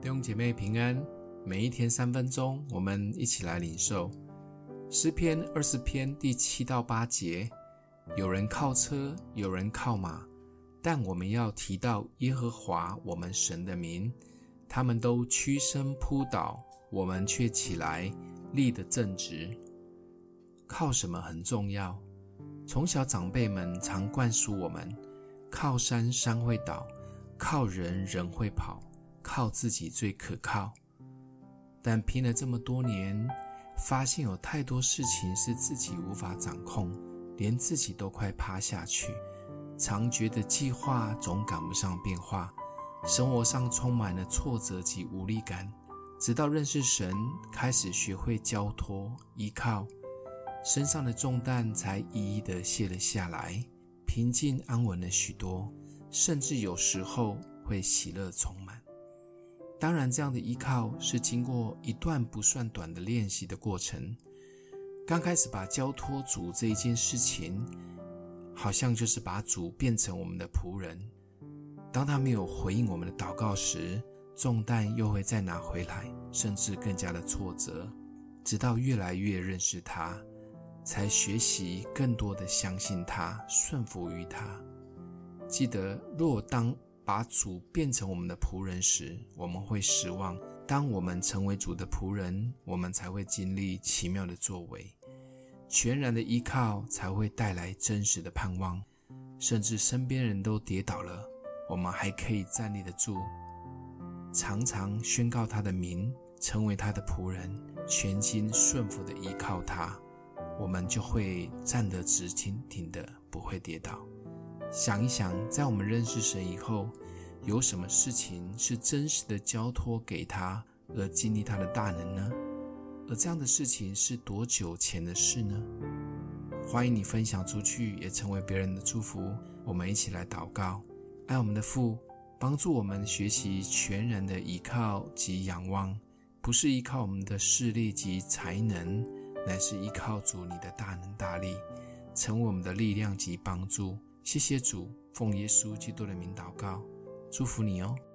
弟兄姐妹平安，每一天3分钟，我们一起来领受诗篇20篇第7到8节。有人靠车，有人靠马，但我们要提到耶和华我们神的名。他们都屈身扑倒，我们却起来立得正直。靠什么很重要，从小长辈们常灌输我们，靠山山会倒，靠人人会跑，靠自己最可靠。但拼了这么多年，发现有太多事情是自己无法掌控，连自己都快趴下去，常觉得计划总赶不上变化，生活上充满了挫折及无力感。直到认识神，开始学会交托依靠，身上的重担才一一的卸了下来，平静安稳了许多，甚至有时候会喜乐充满。当然，这样的依靠是经过一段不算短的练习的过程。刚开始把交托主这一件事情，好像就是把主变成我们的仆人。当他没有回应我们的祷告时，重担又会再拿回来，甚至更加的挫折。直到越来越认识他，才学习更多的相信他，顺服于他。记得，若当把主变成我们的仆人时，我们会失望。当我们成为主的仆人，我们才会经历奇妙的作为。全然的依靠才会带来真实的盼望，甚至身边人都跌倒了，我们还可以站立得住，常常宣告他的名，成为他的仆人，全心顺服的依靠他，我们就会站得直挺挺的，不会跌倒。想一想，在我们认识神以后，有什么事情是真实的交托给他，而经历他的大能呢？而这样的事情是多久前的事呢？欢迎你分享出去，也成为别人的祝福。我们一起来祷告。爱我们的父，帮助我们学习全然的依靠及仰望，不是依靠我们的势力及才能，乃是依靠主你的大能大力，成为我们的力量及帮助。谢谢主，奉耶稣基督的名祷告，祝福你哦。